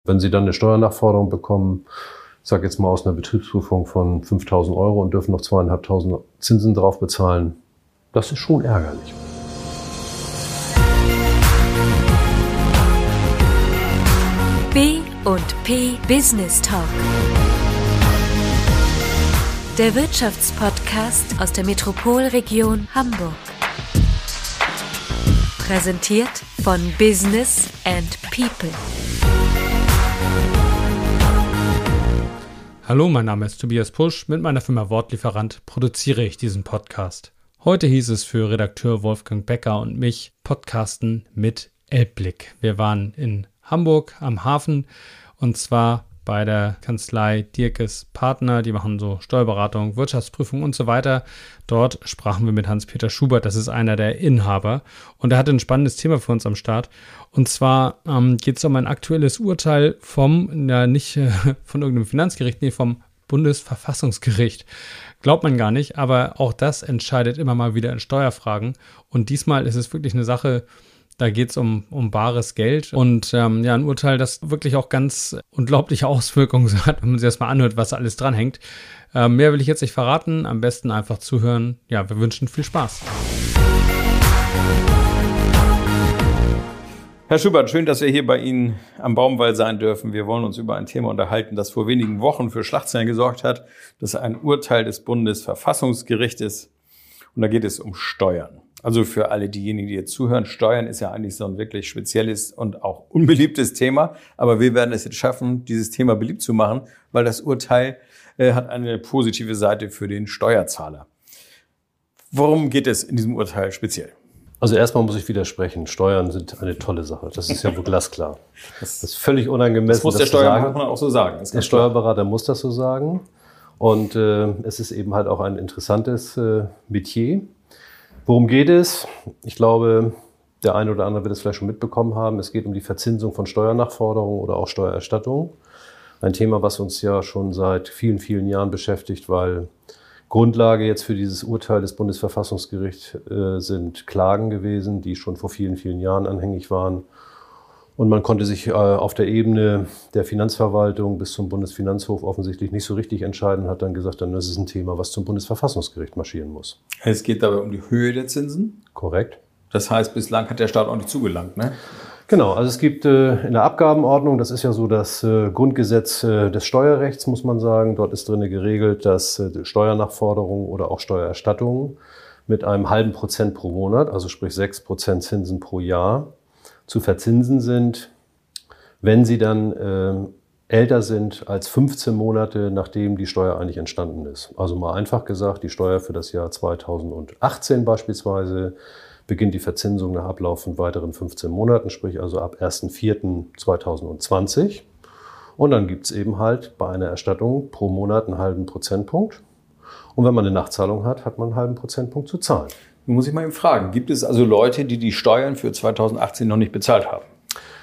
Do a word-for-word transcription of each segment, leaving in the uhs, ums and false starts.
Wenn Sie dann eine Steuernachforderung bekommen, ich sage jetzt mal aus einer Betriebsprüfung von fünftausend Euro und dürfen noch zweitausendfünfhundert Zinsen drauf bezahlen, das ist schon ärgerlich. B und P Business Talk. Der Wirtschaftspodcast aus der Metropolregion Hamburg. Präsentiert von Business and People. Hallo, mein Name ist Tobias Pusch. Mit meiner Firma Wortlieferant produziere ich diesen Podcast. Heute hieß es für Redakteur Wolfgang Becker und mich Podcasten mit Elbblick. Wir waren in Hamburg am Hafen und zwar bei der Kanzlei Dierkes Partner. Die machen so Steuerberatung, Wirtschaftsprüfung und so weiter. Dort sprachen wir mit Hans-Peter Schubert, das ist einer der Inhaber. Und er hatte ein spannendes Thema für uns am Start. Und zwar ähm, geht es um ein aktuelles Urteil vom, ja nicht äh, von irgendeinem Finanzgericht, nee, vom Bundesverfassungsgericht. Glaubt man gar nicht, aber auch das entscheidet immer mal wieder in Steuerfragen. Und diesmal ist es wirklich eine Sache, da geht es um, um bares Geld und ähm, ja, ein Urteil, das wirklich auch ganz unglaubliche Auswirkungen hat, wenn man sich das mal anhört, was alles dranhängt. Äh, mehr will ich jetzt nicht verraten, am besten einfach zuhören. Ja, wir wünschen viel Spaß. Herr Schubert, schön, dass wir hier bei Ihnen am Baumwall sein dürfen. Wir wollen uns über ein Thema unterhalten, das vor wenigen Wochen für Schlagzeilen gesorgt hat. Das ist ein Urteil des Bundesverfassungsgerichtes und da geht es um Steuern. Also für alle diejenigen, die jetzt zuhören, Steuern ist ja eigentlich so ein wirklich spezielles und auch unbeliebtes Thema. Aber wir werden es jetzt schaffen, dieses Thema beliebt zu machen, weil das Urteil äh, hat eine positive Seite für den Steuerzahler. Worum geht es in diesem Urteil speziell? Also erstmal muss ich widersprechen, Steuern sind eine tolle Sache. Das ist ja wohl glasklar. Das ist völlig unangemessen. Das muss der Steuerberater auch so sagen. Der Steuerberater muss das so sagen. Und äh, es ist eben halt auch ein interessantes äh, Metier. Worum geht es? Ich glaube, der eine oder andere wird es vielleicht schon mitbekommen haben. Es geht um die Verzinsung von Steuernachforderungen oder auch Steuererstattungen. Ein Thema, was uns ja schon seit vielen, vielen Jahren beschäftigt, weil Grundlage jetzt für dieses Urteil des Bundesverfassungsgerichts äh, sind Klagen gewesen, die schon vor vielen, vielen Jahren anhängig waren. Und man konnte sich äh, auf der Ebene der Finanzverwaltung bis zum Bundesfinanzhof offensichtlich nicht so richtig entscheiden, hat dann gesagt, dann ist es ein Thema, was zum Bundesverfassungsgericht marschieren muss. Es geht dabei um die Höhe der Zinsen? Korrekt. Das heißt, bislang hat der Staat auch nicht zugelangt, ne? Genau, also es gibt äh, in der Abgabenordnung, das ist ja so das äh, Grundgesetz äh, des Steuerrechts, muss man sagen, dort ist drin geregelt, dass äh, Steuernachforderungen oder auch Steuererstattungen mit einem halben Prozent pro Monat, also sprich sechs Prozent Zinsen pro Jahr, zu verzinsen sind, wenn sie dann äh, älter sind als fünfzehn Monate, nachdem die Steuer eigentlich entstanden ist. Also mal einfach gesagt, die Steuer für das Jahr zweitausendachtzehn beispielsweise beginnt die Verzinsung nach Ablauf von weiteren fünfzehn Monaten, sprich also ab erster vierter zweitausendzwanzig. Und dann gibt es eben halt bei einer Erstattung pro Monat einen halben Prozentpunkt. Und wenn man eine Nachzahlung hat, hat man einen halben Prozentpunkt zu zahlen. Nun muss ich mal eben fragen, gibt es also Leute, die die Steuern für zweitausendachtzehn noch nicht bezahlt haben?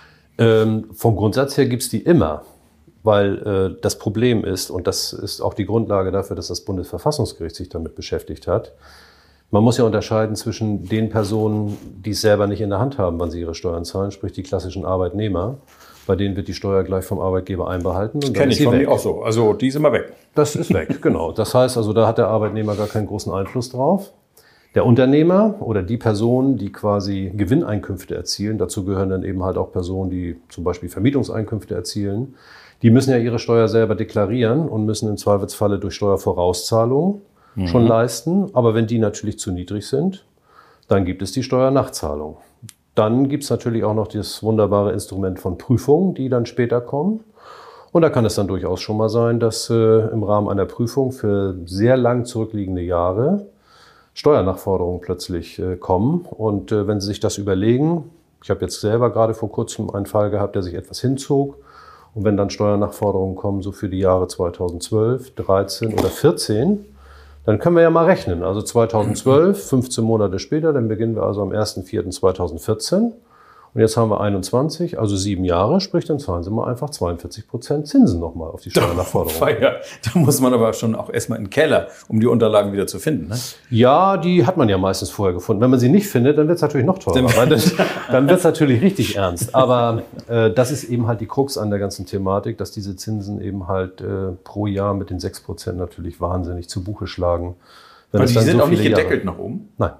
Ähm, vom Grundsatz her gibt es die immer, weil äh, das Problem ist, und das ist auch die Grundlage dafür, dass das Bundesverfassungsgericht sich damit beschäftigt hat, man muss ja unterscheiden zwischen den Personen, die es selber nicht in der Hand haben, wann sie ihre Steuern zahlen, sprich die klassischen Arbeitnehmer. Bei denen wird die Steuer gleich vom Arbeitgeber einbehalten. Das kenne ich von mir auch so. Also die ist immer weg. Das ist weg, genau. Das heißt also, da hat der Arbeitnehmer gar keinen großen Einfluss drauf. Der Unternehmer oder die Personen, die quasi Gewinneinkünfte erzielen, dazu gehören dann eben halt auch Personen, die zum Beispiel Vermietungseinkünfte erzielen, die müssen ja ihre Steuer selber deklarieren und müssen im Zweifelsfalle durch Steuervorauszahlung mhm. schon leisten. Aber wenn die natürlich zu niedrig sind, dann gibt es die Steuernachzahlung. Dann gibt es natürlich auch noch das wunderbare Instrument von Prüfungen, die dann später kommen. Und da kann es dann durchaus schon mal sein, dass äh, im Rahmen einer Prüfung für sehr lang zurückliegende Jahre Steuernachforderungen plötzlich äh, kommen. Und äh, wenn Sie sich das überlegen, ich habe jetzt selber gerade vor kurzem einen Fall gehabt, der sich etwas hinzog. Und wenn dann Steuernachforderungen kommen, so für die Jahre zweitausendzwölf, dreizehn oder vierzehn, dann können wir ja mal rechnen. Also zweitausendzwölf, fünfzehn Monate später, dann beginnen wir also am erster vierter zweitausendvierzehn. Und jetzt haben wir einundzwanzig, also sieben Jahre, sprich, dann zahlen Sie mal einfach zweiundvierzig Prozent Zinsen nochmal auf die Steuernachforderung. Ja, da muss man aber schon auch erstmal in den Keller, um die Unterlagen wieder zu finden. Ne? Ja, die hat man ja meistens vorher gefunden. Wenn man sie nicht findet, dann wird es natürlich noch teurer. Weil das, dann wird es natürlich richtig ernst. Aber äh, das ist eben halt die Krux an der ganzen Thematik, dass diese Zinsen eben halt äh, pro Jahr mit den sechs Prozent natürlich wahnsinnig zu Buche schlagen. Wenn Aber die sind so auch nicht gedeckelt Jahre... nach oben? Nein.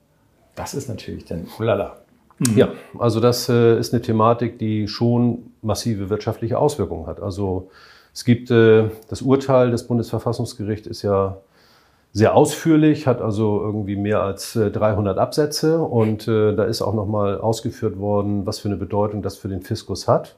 Das ist natürlich dann ulala. Mhm. Ja, also das äh, ist eine Thematik, die schon massive wirtschaftliche Auswirkungen hat. Also es gibt äh, das Urteil des Bundesverfassungsgerichts ist ja sehr ausführlich, hat also irgendwie mehr als äh, dreihundert Absätze und äh, da ist auch nochmal ausgeführt worden, was für eine Bedeutung das für den Fiskus hat.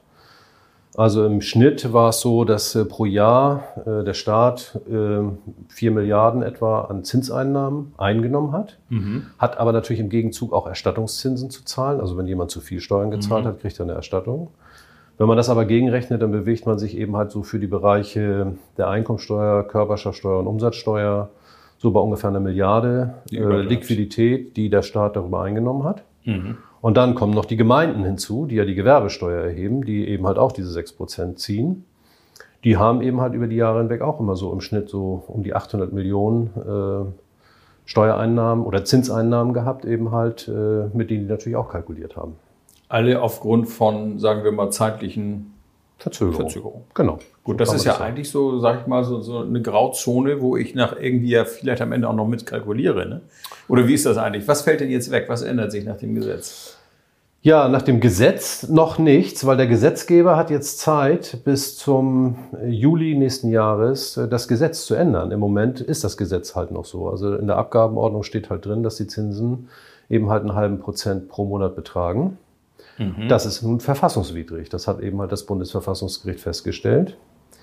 Also im Schnitt war es so, dass äh, pro Jahr äh, der Staat äh, vier Milliarden etwa an Zinseinnahmen eingenommen hat, mhm. hat aber natürlich im Gegenzug auch Erstattungszinsen zu zahlen. Also wenn jemand zu viel Steuern gezahlt mhm. hat, kriegt er eine Erstattung. Wenn man das aber gegenrechnet, dann bewegt man sich eben halt so für die Bereiche der Einkommensteuer, Körperschaftsteuer und Umsatzsteuer so bei ungefähr einer Milliarde äh, Liquidität, die der Staat darüber eingenommen hat. Mhm. Und dann kommen noch die Gemeinden hinzu, die ja die Gewerbesteuer erheben, die eben halt auch diese sechs Prozent ziehen. Die haben eben halt über die Jahre hinweg auch immer so im Schnitt so um die achthundert Millionen äh, Steuereinnahmen oder Zinseinnahmen gehabt, eben halt, äh, mit denen die natürlich auch kalkuliert haben. Alle aufgrund von, sagen wir mal, zeitlichen Verzögerung. Verzögerung. Genau. Gut, das ist ja eigentlich so, sag ich mal, so, so eine Grauzone, wo ich nach irgendwie ja vielleicht am Ende auch noch mitkalkuliere. Ne? Oder wie ist das eigentlich? Was fällt denn jetzt weg? Was ändert sich nach dem Gesetz? Ja, nach dem Gesetz noch nichts, weil der Gesetzgeber hat jetzt Zeit, bis zum Juli nächsten Jahres das Gesetz zu ändern. Im Moment ist das Gesetz halt noch so. Also in der Abgabenordnung steht halt drin, dass die Zinsen eben halt einen halben Prozent pro Monat betragen. Mhm. Das ist nun verfassungswidrig. Das hat eben halt das Bundesverfassungsgericht festgestellt.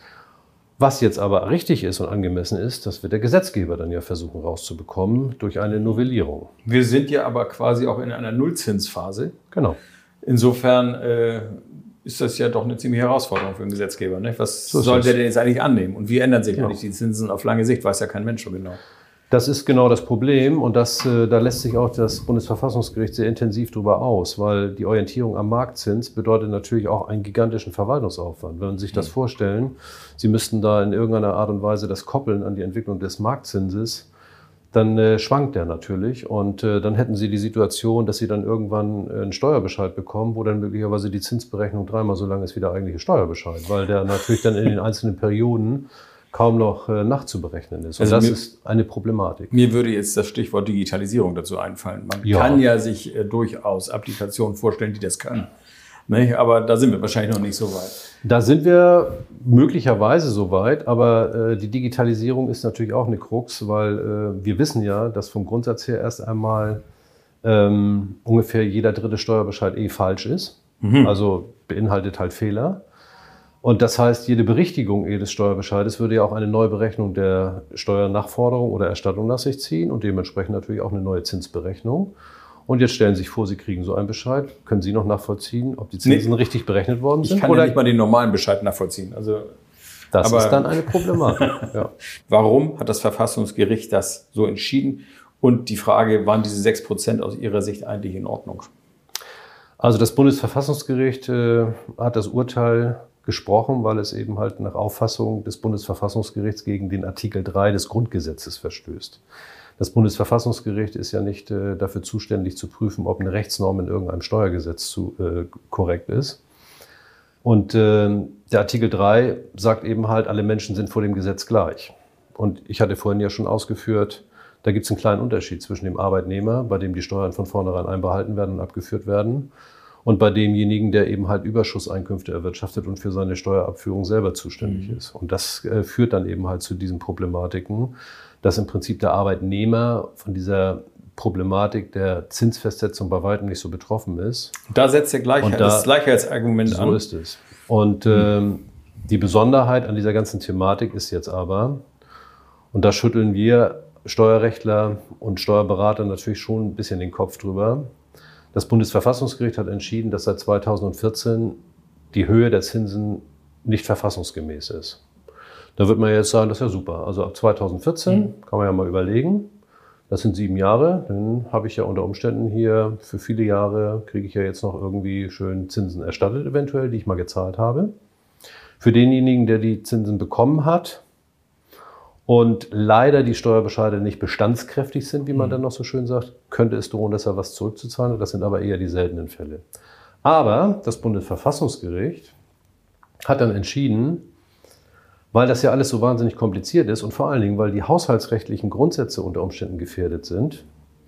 Was jetzt aber richtig ist und angemessen ist, das wird der Gesetzgeber dann ja versuchen rauszubekommen durch eine Novellierung. Wir sind ja aber quasi auch in einer Nullzinsphase. Genau. Insofern äh, ist das ja doch eine ziemliche Herausforderung für den Gesetzgeber. Ne? Was so soll der denn jetzt eigentlich annehmen? Und wie ändern sich ja. eigentlich die Zinsen auf lange Sicht? Weiß ja kein Mensch so genau. Das ist genau das Problem und das, äh, da lässt sich auch das Bundesverfassungsgericht sehr intensiv drüber aus, weil die Orientierung am Marktzins bedeutet natürlich auch einen gigantischen Verwaltungsaufwand. Wenn Sie sich das mhm. vorstellen, Sie müssten da in irgendeiner Art und Weise das koppeln an die Entwicklung des Marktzinses, dann äh, schwankt der natürlich und äh, dann hätten Sie die Situation, dass Sie dann irgendwann äh, einen Steuerbescheid bekommen, wo dann möglicherweise die Zinsberechnung dreimal so lang ist wie der eigentliche Steuerbescheid, weil der natürlich dann in den einzelnen Perioden kaum noch äh, nachzuberechnen ist. Und also das mir, ist eine Problematik. Mir würde jetzt das Stichwort Digitalisierung dazu einfallen. Man ja. kann ja sich äh, durchaus Applikationen vorstellen, die das können. Ne? Aber da sind wir wahrscheinlich noch nicht so weit. Da sind wir möglicherweise so weit, aber äh, die Digitalisierung ist natürlich auch eine Krux, weil äh, wir wissen ja, dass vom Grundsatz her erst einmal ähm, ungefähr jeder dritte Steuerbescheid eh falsch ist. Mhm. Also beinhaltet halt Fehler. Und das heißt, jede Berichtigung jedes Steuerbescheides würde ja auch eine Neuberechnung der Steuernachforderung oder Erstattung nach sich ziehen und dementsprechend natürlich auch eine neue Zinsberechnung. Und jetzt stellen Sie sich vor, Sie kriegen so einen Bescheid. Können Sie noch nachvollziehen, ob die Zinsen nee, richtig berechnet worden sind? Ich kann oder ja nicht mal den normalen Bescheid nachvollziehen. Also, das aber ist dann eine Problematik. Ja. Warum hat das Verfassungsgericht das so entschieden? Und die Frage, waren diese sechs Prozent aus Ihrer Sicht eigentlich in Ordnung? Also das Bundesverfassungsgericht äh, hat das Urteil gesprochen, weil es eben halt nach Auffassung des Bundesverfassungsgerichts gegen den Artikel drei des Grundgesetzes verstößt. Das Bundesverfassungsgericht ist ja nicht äh, dafür zuständig zu prüfen, ob eine Rechtsnorm in irgendeinem Steuergesetz zu, äh, korrekt ist. Und äh, der Artikel drei sagt eben halt, alle Menschen sind vor dem Gesetz gleich. Und ich hatte vorhin ja schon ausgeführt, da gibt es einen kleinen Unterschied zwischen dem Arbeitnehmer, bei dem die Steuern von vornherein einbehalten werden und abgeführt werden, und bei demjenigen, der eben halt Überschusseinkünfte erwirtschaftet und für seine Steuerabführung selber zuständig mhm. ist. Und das äh, führt dann eben halt zu diesen Problematiken, dass im Prinzip der Arbeitnehmer von dieser Problematik der Zinsfestsetzung bei weitem nicht so betroffen ist. Da setzt der Gleichheit, da, das Gleichheitsargument so an. So ist es. Und mhm. ähm, die Besonderheit an dieser ganzen Thematik ist jetzt aber, und da schütteln wir Steuerrechtler und Steuerberater natürlich schon ein bisschen den Kopf drüber. Das Bundesverfassungsgericht hat entschieden, dass seit zweitausendvierzehn die Höhe der Zinsen nicht verfassungsgemäß ist. Da wird man jetzt sagen, das ist ja super. Also ab zweitausendvierzehn mhm. kann man ja mal überlegen, Das sind sieben Jahre. Dann habe ich ja unter Umständen hier für viele Jahre, kriege ich ja jetzt noch irgendwie schön Zinsen erstattet eventuell, die ich mal gezahlt habe. Für denjenigen, der die Zinsen bekommen hat und leider die Steuerbescheide nicht bestandskräftig sind, wie man mhm. dann noch so schön sagt, könnte es drohen, dass er was zurückzuzahlen hat. Das sind aber eher die seltenen Fälle. Aber das Bundesverfassungsgericht hat dann entschieden, weil das ja alles so wahnsinnig kompliziert ist und vor allen Dingen, weil die haushaltsrechtlichen Grundsätze unter Umständen gefährdet sind,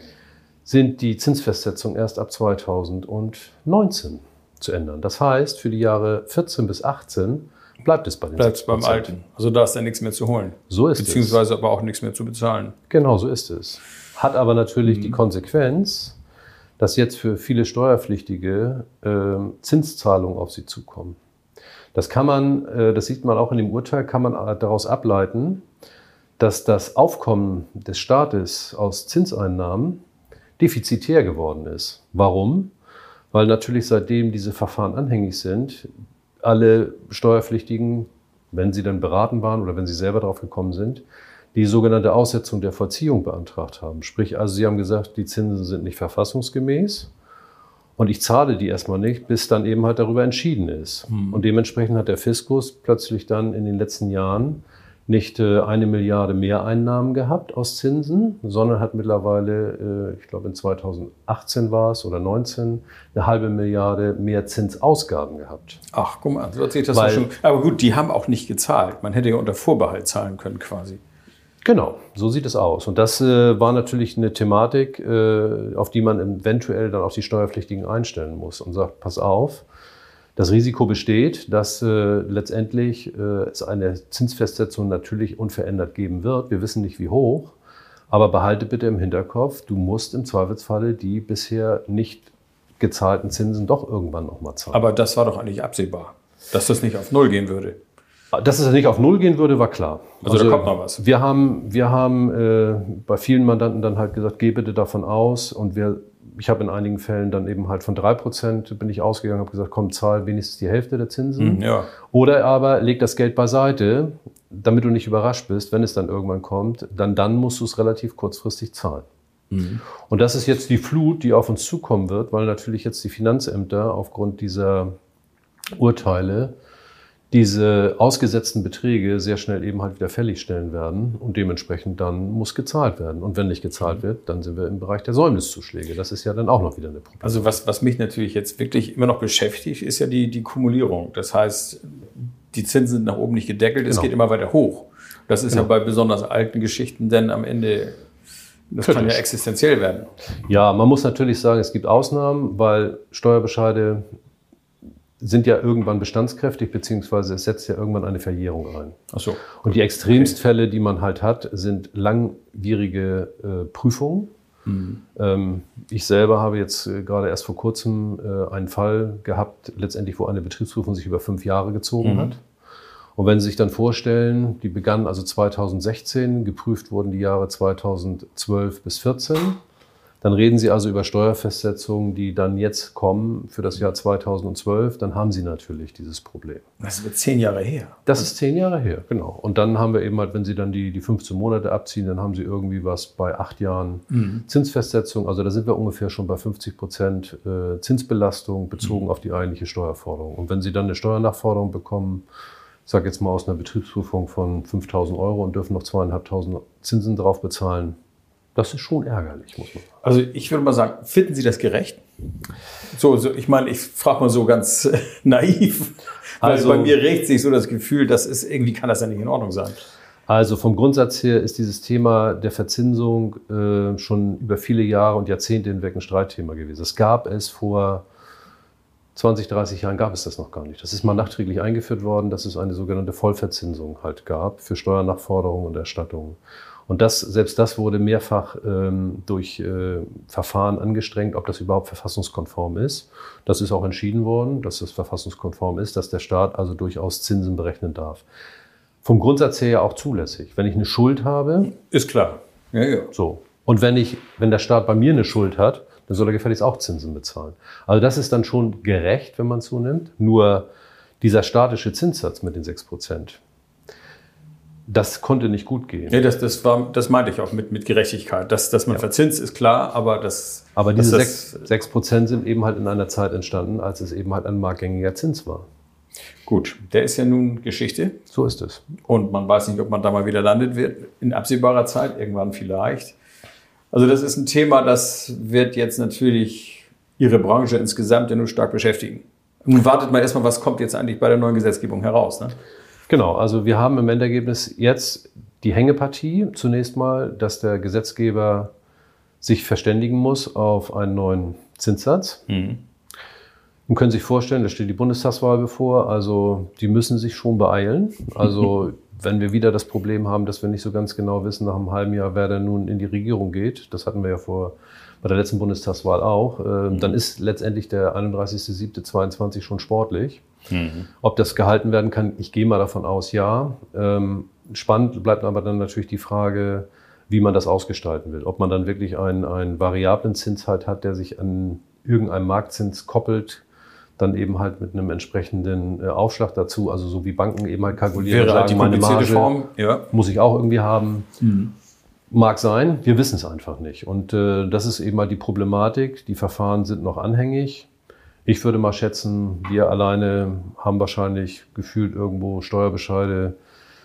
sind die Zinsfestsetzungen erst ab zweitausendneunzehn zu ändern. Das heißt, für die Jahre vierzehn bis achtzehn bleibt es bei den Bleibt es beim Alten. Also da ist dann nichts mehr zu holen. So ist Beziehungsweise es. Beziehungsweise aber auch nichts mehr zu bezahlen. Genau, so ist es. Hat aber natürlich mhm. die Konsequenz, dass jetzt für viele Steuerpflichtige äh, Zinszahlungen auf sie zukommen. Das kann man, äh, das sieht man auch in dem Urteil, kann man daraus ableiten, dass das Aufkommen des Staates aus Zinseinnahmen defizitär geworden ist. Warum? Weil natürlich seitdem diese Verfahren anhängig sind, alle Steuerpflichtigen, wenn sie dann beraten waren oder wenn sie selber drauf gekommen sind, die sogenannte Aussetzung der Vollziehung beantragt haben. Sprich, also sie haben gesagt, die Zinsen sind nicht verfassungsgemäß und ich zahle die erstmal nicht, bis dann eben halt darüber entschieden ist. Hm. Und dementsprechend hat der Fiskus plötzlich dann in den letzten Jahren nicht äh, eine Milliarde Mehreinnahmen gehabt aus Zinsen, sondern hat mittlerweile, äh, ich glaube in zweitausendachtzehn war es oder neunzehn, eine halbe Milliarde mehr Zinsausgaben gehabt. Ach, guck mal, so hat sich das Weil, schon. Aber gut, die haben auch nicht gezahlt. Man hätte ja unter Vorbehalt zahlen können quasi. Genau, so sieht es aus. Und das äh, war natürlich eine Thematik, äh, auf die man eventuell dann auch die Steuerpflichtigen einstellen muss und sagt, pass auf, das Risiko besteht, dass äh, letztendlich äh, es eine Zinsfestsetzung natürlich unverändert geben wird. Wir wissen nicht, wie hoch, aber behalte bitte im Hinterkopf, du musst im Zweifelsfalle die bisher nicht gezahlten Zinsen doch irgendwann nochmal zahlen. Aber das war doch eigentlich absehbar, dass das nicht auf Null gehen würde. Dass es nicht auf Null gehen würde, war klar. Also, also da kommt noch was. Wir haben, wir haben äh, bei vielen Mandanten dann halt gesagt, geh bitte davon aus. Und wir, ich habe in einigen Fällen dann eben halt von drei Prozent bin ich ausgegangen, habe gesagt, komm, zahl wenigstens die Hälfte der Zinsen. Mhm, ja. Oder aber leg das Geld beiseite, damit du nicht überrascht bist, wenn es dann irgendwann kommt. Dann, dann musst du es relativ kurzfristig zahlen. Mhm. Und das ist jetzt die Flut, die auf uns zukommen wird, weil natürlich jetzt die Finanzämter aufgrund dieser Urteile diese ausgesetzten Beträge sehr schnell eben halt wieder fällig stellen werden und dementsprechend dann muss gezahlt werden. Und wenn nicht gezahlt wird, dann sind wir im Bereich der Säumniszuschläge. Das ist ja dann auch noch wieder eine Problem. Also was, was mich natürlich jetzt wirklich immer noch beschäftigt, ist ja die, die Kumulierung. Das heißt, die Zinsen sind nach oben nicht gedeckelt, es genau. geht immer weiter hoch. Das ist genau. ja bei besonders alten Geschichten dann am Ende, das Kritisch. Kann ja existenziell werden. Ja, man muss natürlich sagen, es gibt Ausnahmen, weil Steuerbescheide sind ja irgendwann bestandskräftig, beziehungsweise es setzt ja irgendwann eine Verjährung ein. Ach so. Und die Extremstfälle, die man halt hat, sind langwierige äh, Prüfungen. Mhm. Ähm, ich selber habe jetzt äh, gerade erst vor kurzem äh, einen Fall gehabt, letztendlich, wo eine Betriebsprüfung sich über fünf Jahre gezogen mhm. hat. Und wenn Sie sich dann vorstellen, die begann also zweitausendsechzehn, geprüft wurden die Jahre zweitausendzwölf bis vierzehn. Dann reden Sie also über Steuerfestsetzungen, die dann jetzt kommen für das Jahr zweitausendzwölf. Dann haben Sie natürlich dieses Problem. Das ist zehn Jahre her. Das ist zehn Jahre her, genau. Und dann haben wir eben halt, wenn Sie dann die, die fünfzehn Monate abziehen, dann haben Sie irgendwie was bei acht Jahren mhm. Zinsfestsetzung. Also da sind wir ungefähr schon bei fünfzig Prozent äh, Zinsbelastung bezogen mhm. auf die eigentliche Steuerforderung. Und wenn Sie dann eine Steuernachforderung bekommen, ich sage jetzt mal aus einer Betriebsprüfung von fünftausend Euro und dürfen noch zweitausendfünfhundert Zinsen drauf bezahlen, das ist schon ärgerlich, muss man sagen. Also ich würde mal sagen, finden Sie das gerecht? So, so ich meine, ich frage mal so ganz äh, naiv, weil also, bei mir regt sich so das Gefühl, das ist, irgendwie kann das ja nicht in Ordnung sein. Also vom Grundsatz her ist dieses Thema der Verzinsung äh, schon über viele Jahre und Jahrzehnte hinweg ein Streitthema gewesen. Es gab es vor zwanzig, dreißig Jahren gab es das noch gar nicht. Das ist mal nachträglich eingeführt worden, dass es eine sogenannte Vollverzinsung halt gab für Steuernachforderungen und Erstattungen. Und das, selbst das wurde mehrfach ähm, durch äh, Verfahren angestrengt, ob das überhaupt verfassungskonform ist. Das ist auch entschieden worden, dass das verfassungskonform ist, dass der Staat also durchaus Zinsen berechnen darf. Vom Grundsatz her ja auch zulässig. Wenn ich eine Schuld habe... Ist klar. Ja, ja. So. Und wenn, ich, wenn der Staat bei mir eine Schuld hat, dann soll er gefälligst auch Zinsen bezahlen. Also das ist dann schon gerecht, wenn man es so nimmt. Nur dieser statische Zinssatz mit den sechs Prozent, Das konnte nicht gut gehen. Nee, das, das, war, das meinte ich auch mit, mit Gerechtigkeit. Dass, dass man ja. verzinst, ist klar, aber das... Aber diese sechs Prozent sind eben halt in einer Zeit entstanden, als es eben halt ein marktgängiger Zins war. Gut, der ist ja nun Geschichte. So ist es. Und man weiß nicht, ob man da mal wieder landet wird. In absehbarer Zeit, irgendwann vielleicht. Also das ist ein Thema, das wird jetzt natürlich Ihre Branche insgesamt ja nur stark beschäftigen. Nun wartet mal erstmal, was kommt jetzt eigentlich bei der neuen Gesetzgebung heraus, ne? Genau, also wir haben im Endergebnis jetzt die Hängepartie zunächst mal, dass der Gesetzgeber sich verständigen muss auf einen neuen Zinssatz. Mhm. Und können sich vorstellen, da steht die Bundestagswahl bevor, also die müssen sich schon beeilen. Also wenn wir wieder das Problem haben, dass wir nicht so ganz genau wissen nach einem halben Jahr, wer denn nun in die Regierung geht, das hatten wir ja vor bei der letzten Bundestagswahl auch, äh, mhm. dann ist letztendlich der einunddreißigster siebter zweiundzwanzig schon sportlich. Mhm. Ob das gehalten werden kann, ich gehe mal davon aus, ja. Ähm, spannend bleibt aber dann natürlich die Frage, wie man das ausgestalten will. Ob man dann wirklich einen, einen variablen Zins halt hat, der sich an irgendeinem Marktzins koppelt, dann eben halt mit einem entsprechenden äh, Aufschlag dazu, also so wie Banken eben halt kalkulieren, wäre sagen, halt die meine Marge Form, ja. muss ich auch irgendwie haben. Mhm. Mag sein, wir wissen es einfach nicht. Und äh, das ist eben mal die Problematik. Die Verfahren sind noch anhängig. Ich würde mal schätzen, wir alleine haben wahrscheinlich gefühlt irgendwo Steuerbescheide,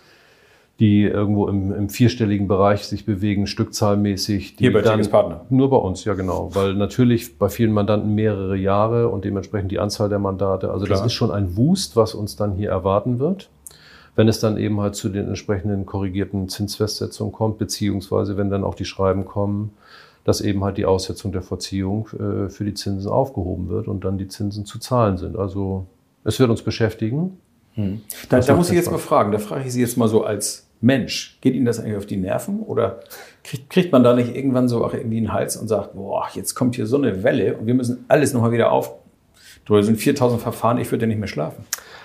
die irgendwo im, im vierstelligen Bereich sich bewegen, stückzahlmäßig. Die Hier bei dann, Partner? Nur bei uns, ja genau. Weil natürlich bei vielen Mandanten mehrere Jahre und dementsprechend die Anzahl der Mandate. Also Klar. Das ist schon ein Wust, was uns dann hier erwarten wird. Wenn es dann eben halt zu den entsprechenden korrigierten Zinsfestsetzungen kommt, beziehungsweise wenn dann auch die Schreiben kommen, dass eben halt die Aussetzung der Verziehung äh, für die Zinsen aufgehoben wird und dann die Zinsen zu zahlen sind. Also es wird uns beschäftigen. Hm. Da, da muss ich jetzt mal fragen, da frage ich Sie jetzt mal so als Mensch, geht Ihnen das eigentlich auf die Nerven oder kriegt, kriegt man da nicht irgendwann so auch irgendwie einen Hals und sagt, boah, jetzt kommt hier so eine Welle und wir müssen alles nochmal wieder auf. Da sind viertausend Verfahren, ich würde ja nicht mehr schlafen.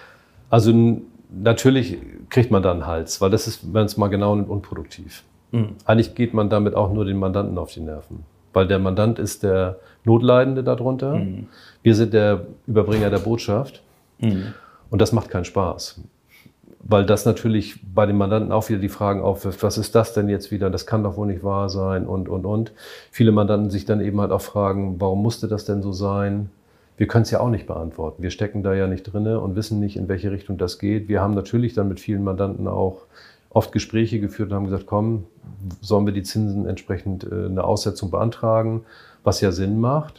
Also natürlich kriegt man da einen Hals, weil das ist, wenn es mal genau nimmt, unproduktiv. Mhm. Eigentlich geht man damit auch nur den Mandanten auf die Nerven, weil der Mandant ist der Notleidende darunter. Mhm. Wir sind der Überbringer der Botschaft mhm. und das macht keinen Spaß, weil das natürlich bei den Mandanten auch wieder die Fragen aufwirft, was ist das denn jetzt wieder, das kann doch wohl nicht wahr sein und, und, und. Viele Mandanten sich dann eben halt auch fragen, warum musste das denn so sein? Wir können es ja auch nicht beantworten. Wir stecken da ja nicht drin und wissen nicht, in welche Richtung das geht. Wir haben natürlich dann mit vielen Mandanten auch oft Gespräche geführt und haben gesagt, komm, sollen wir die Zinsen entsprechend äh, eine Aussetzung beantragen, was ja Sinn macht.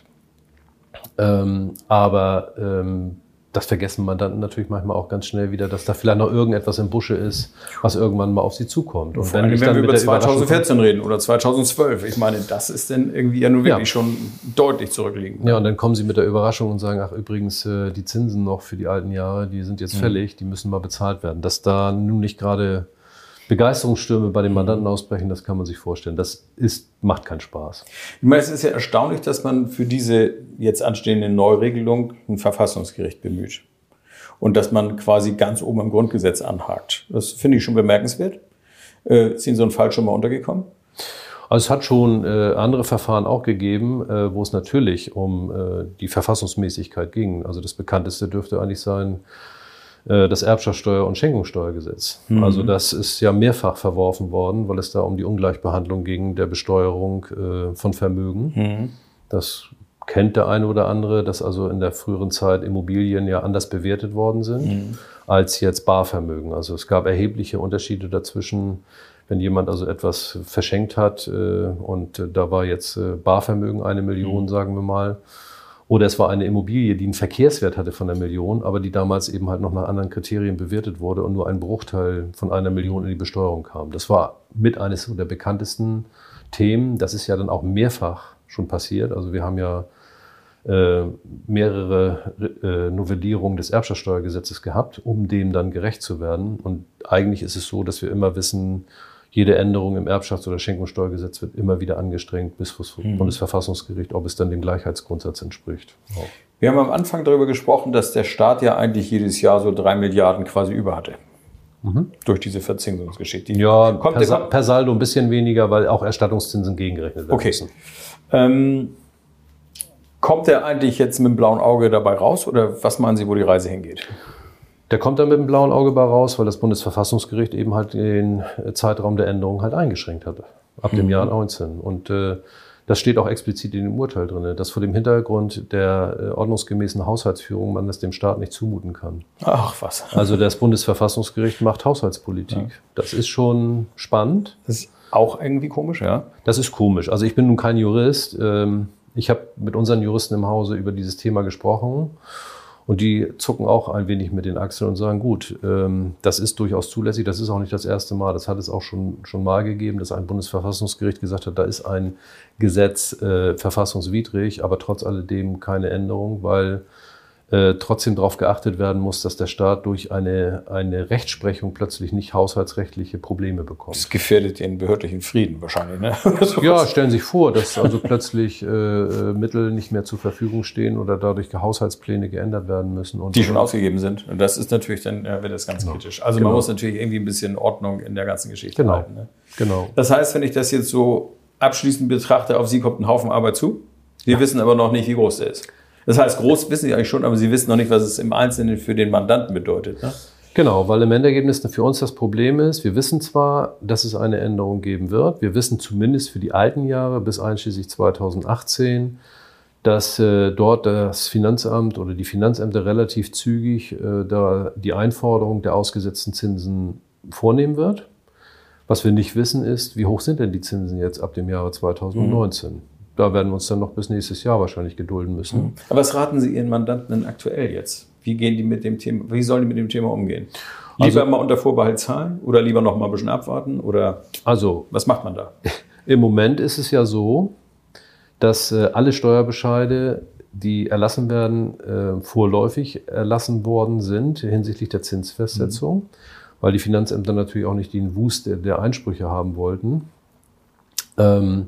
Ähm, aber ähm, das vergessen Mandanten natürlich manchmal auch ganz schnell wieder, dass da vielleicht noch irgendetwas im Busche ist, was irgendwann mal auf sie zukommt. Und vor allem, wenn, wenn wir über zweitausendvierzehn reden oder zweitausendzwölf, ich meine, das ist dann irgendwie ja nur wirklich ja. schon deutlich zurückliegend. Ja, und dann kommen sie mit der Überraschung und sagen, ach übrigens, die Zinsen noch für die alten Jahre, die sind jetzt mhm. fällig, die müssen mal bezahlt werden. Dass da nun nicht gerade Begeisterungsstürme bei den Mandanten ausbrechen, das kann man sich vorstellen. Das ist, macht keinen Spaß. Ich meine, es ist ja erstaunlich, dass man für diese jetzt anstehende Neuregelung ein Verfassungsgericht bemüht. Und dass man quasi ganz oben im Grundgesetz anhakt. Das finde ich schon bemerkenswert. Äh, ist Ihnen so ein Fall schon mal untergekommen? Also es hat schon äh, andere Verfahren auch gegeben, äh, wo es natürlich um äh, die Verfassungsmäßigkeit ging. Also das bekannteste dürfte eigentlich sein, das Erbschaftssteuer- und Schenkungssteuergesetz. Mhm. Also das ist ja mehrfach verworfen worden, weil es da um die Ungleichbehandlung ging der Besteuerung äh, von Vermögen. Mhm. Das kennt der eine oder andere, dass also in der früheren Zeit Immobilien ja anders bewertet worden sind mhm. als jetzt Barvermögen. Also es gab erhebliche Unterschiede dazwischen, wenn jemand also etwas verschenkt hat äh, und äh, da war jetzt äh, Barvermögen eine Million, mhm. sagen wir mal, oder es war eine Immobilie, die einen Verkehrswert hatte von einer Million, aber die damals eben halt noch nach anderen Kriterien bewertet wurde und nur ein Bruchteil von einer Million in die Besteuerung kam. Das war mit eines der bekanntesten Themen. Das ist ja dann auch mehrfach schon passiert. Also wir haben ja äh, mehrere äh, Novellierungen des Erbschaftssteuergesetzes gehabt, um dem dann gerecht zu werden. Und eigentlich ist es so, dass wir immer wissen, jede Änderung im Erbschafts- oder Schenkungssteuergesetz wird immer wieder angestrengt bis vor das mhm. Bundesverfassungsgericht, ob es dann dem Gleichheitsgrundsatz entspricht. Auch. Wir haben am Anfang darüber gesprochen, dass der Staat ja eigentlich jedes Jahr so drei Milliarden quasi über hatte. Mhm. Durch diese Verzinsungsgeschichte. Ja, kommt per, per Saldo ein bisschen weniger, weil auch Erstattungszinsen gegengerechnet werden okay. müssen. Ähm, kommt der eigentlich jetzt mit dem blauen Auge dabei raus oder was meinen Sie, wo die Reise hingeht? Der kommt dann mit dem blauen Auge bei raus, weil das Bundesverfassungsgericht eben halt den Zeitraum der Änderung halt eingeschränkt hat, ab dem mhm. Jahr neunzehn. Und äh, das steht auch explizit in dem Urteil drin, dass vor dem Hintergrund der äh, ordnungsgemäßen Haushaltsführung man das dem Staat nicht zumuten kann. Ach was. Also das Bundesverfassungsgericht macht Haushaltspolitik. Ja. Das ist schon spannend. Das ist auch irgendwie komisch, ja? Das ist komisch. Also ich bin nun kein Jurist. Ich habe mit unseren Juristen im Hause über dieses Thema gesprochen. Und die zucken auch ein wenig mit den Achseln und sagen, gut, ähm, das ist durchaus zulässig, das ist auch nicht das erste Mal, das hat es auch schon, schon mal gegeben, dass ein Bundesverfassungsgericht gesagt hat, da ist ein Gesetz äh, verfassungswidrig, aber trotz alledem keine Änderung, weil äh, trotzdem darauf geachtet werden muss, dass der Staat durch eine, eine Rechtsprechung plötzlich nicht haushaltsrechtliche Probleme bekommt. Das gefährdet den behördlichen Frieden wahrscheinlich, ne? Ja, stellen Sie sich vor, dass also plötzlich äh, Mittel nicht mehr zur Verfügung stehen oder dadurch Haushaltspläne geändert werden müssen. Und die schon ausgegeben sind. Und das ist natürlich dann, ja, wird das ganz genau. kritisch. Also genau. man muss natürlich irgendwie ein bisschen Ordnung in der ganzen Geschichte genau. halten. Ne? Genau. Das heißt, wenn ich das jetzt so abschließend betrachte, auf Sie kommt ein Haufen Arbeit zu. Sie ja. wissen aber noch nicht, wie groß der ist. Das heißt, groß wissen Sie eigentlich schon, aber Sie wissen noch nicht, was es im Einzelnen für den Mandanten bedeutet. Ne? Genau, weil im Endergebnis für uns das Problem ist, wir wissen zwar, dass es eine Änderung geben wird, wir wissen zumindest für die alten Jahre bis einschließlich zweitausendachtzehn, dass äh, dort das Finanzamt oder die Finanzämter relativ zügig äh, da die Einforderung der ausgesetzten Zinsen vornehmen wird. Was wir nicht wissen ist, wie hoch sind denn die Zinsen jetzt ab dem Jahre zweitausendneunzehn? Mhm. Da werden wir uns dann noch bis nächstes Jahr wahrscheinlich gedulden müssen. Aber was raten Sie Ihren Mandanten denn aktuell jetzt? Wie gehen die mit dem Thema, wie sollen die mit dem Thema umgehen? Lieber also, mal unter Vorbehalt zahlen oder lieber noch mal ein bisschen abwarten? Oder also, was macht man da? Im Moment ist es ja so, dass äh, alle Steuerbescheide, die erlassen werden, äh, vorläufig erlassen worden sind hinsichtlich der Zinsfestsetzung, mhm. weil die Finanzämter natürlich auch nicht den Wust der, der Einsprüche haben wollten. Ähm,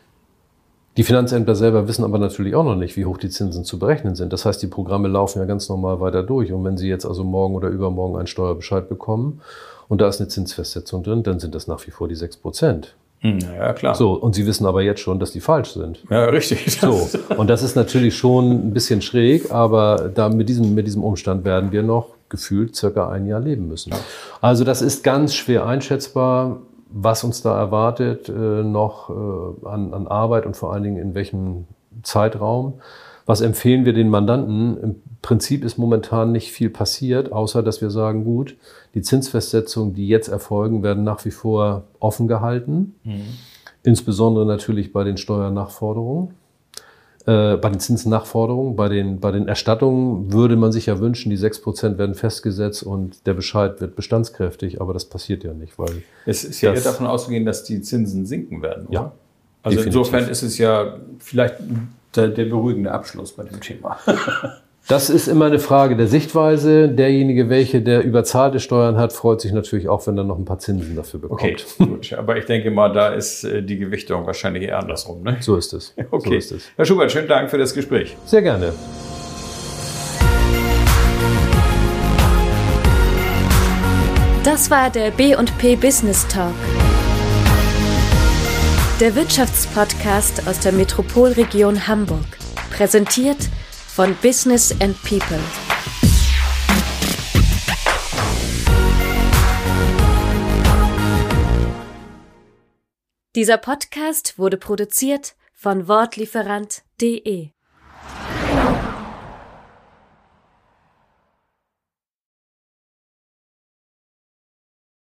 Die Finanzämter selber wissen aber natürlich auch noch nicht, wie hoch die Zinsen zu berechnen sind. Das heißt, die Programme laufen ja ganz normal weiter durch. Und wenn Sie jetzt also morgen oder übermorgen einen Steuerbescheid bekommen und da ist eine Zinsfestsetzung drin, dann sind das nach wie vor die sechs Prozent. Ja, klar. So, und Sie wissen aber jetzt schon, dass die falsch sind. Ja, richtig. So, und das ist natürlich schon ein bisschen schräg, aber da mit diesem, mit diesem Umstand werden wir noch gefühlt circa ein Jahr leben müssen. Also das ist ganz schwer einschätzbar, was uns da erwartet, äh, noch äh, an, an Arbeit und vor allen Dingen in welchem Zeitraum. Was empfehlen wir den Mandanten? Im Prinzip ist momentan nicht viel passiert, außer dass wir sagen, gut, die Zinsfestsetzungen, die jetzt erfolgen, werden nach wie vor offen gehalten. Mhm. Insbesondere natürlich bei den Steuernachforderungen. Äh, bei den Zinsnachforderungen, bei den, bei den Erstattungen würde man sich ja wünschen, die sechs Prozent werden festgesetzt und der Bescheid wird bestandskräftig, aber das passiert ja nicht. Weil es ist ja eher davon auszugehen, dass die Zinsen sinken werden, oder? Ja. Also definitiv. Insofern ist es ja vielleicht der, der beruhigende Abschluss bei dem Thema. Das ist immer eine Frage der Sichtweise. Derjenige, welche der überzahlte Steuern hat, freut sich natürlich auch, wenn er noch ein paar Zinsen dafür bekommt. Okay, gut. Aber ich denke mal, da ist die Gewichtung wahrscheinlich eher andersrum, ne? So ist es. Okay. So ist es. Herr Schubert, schönen Dank für das Gespräch. Sehr gerne. Das war der B und P Business Talk. Der Wirtschaftspodcast aus der Metropolregion Hamburg. Präsentiert von Business and People. Dieser Podcast wurde produziert von Wortlieferant punkt de.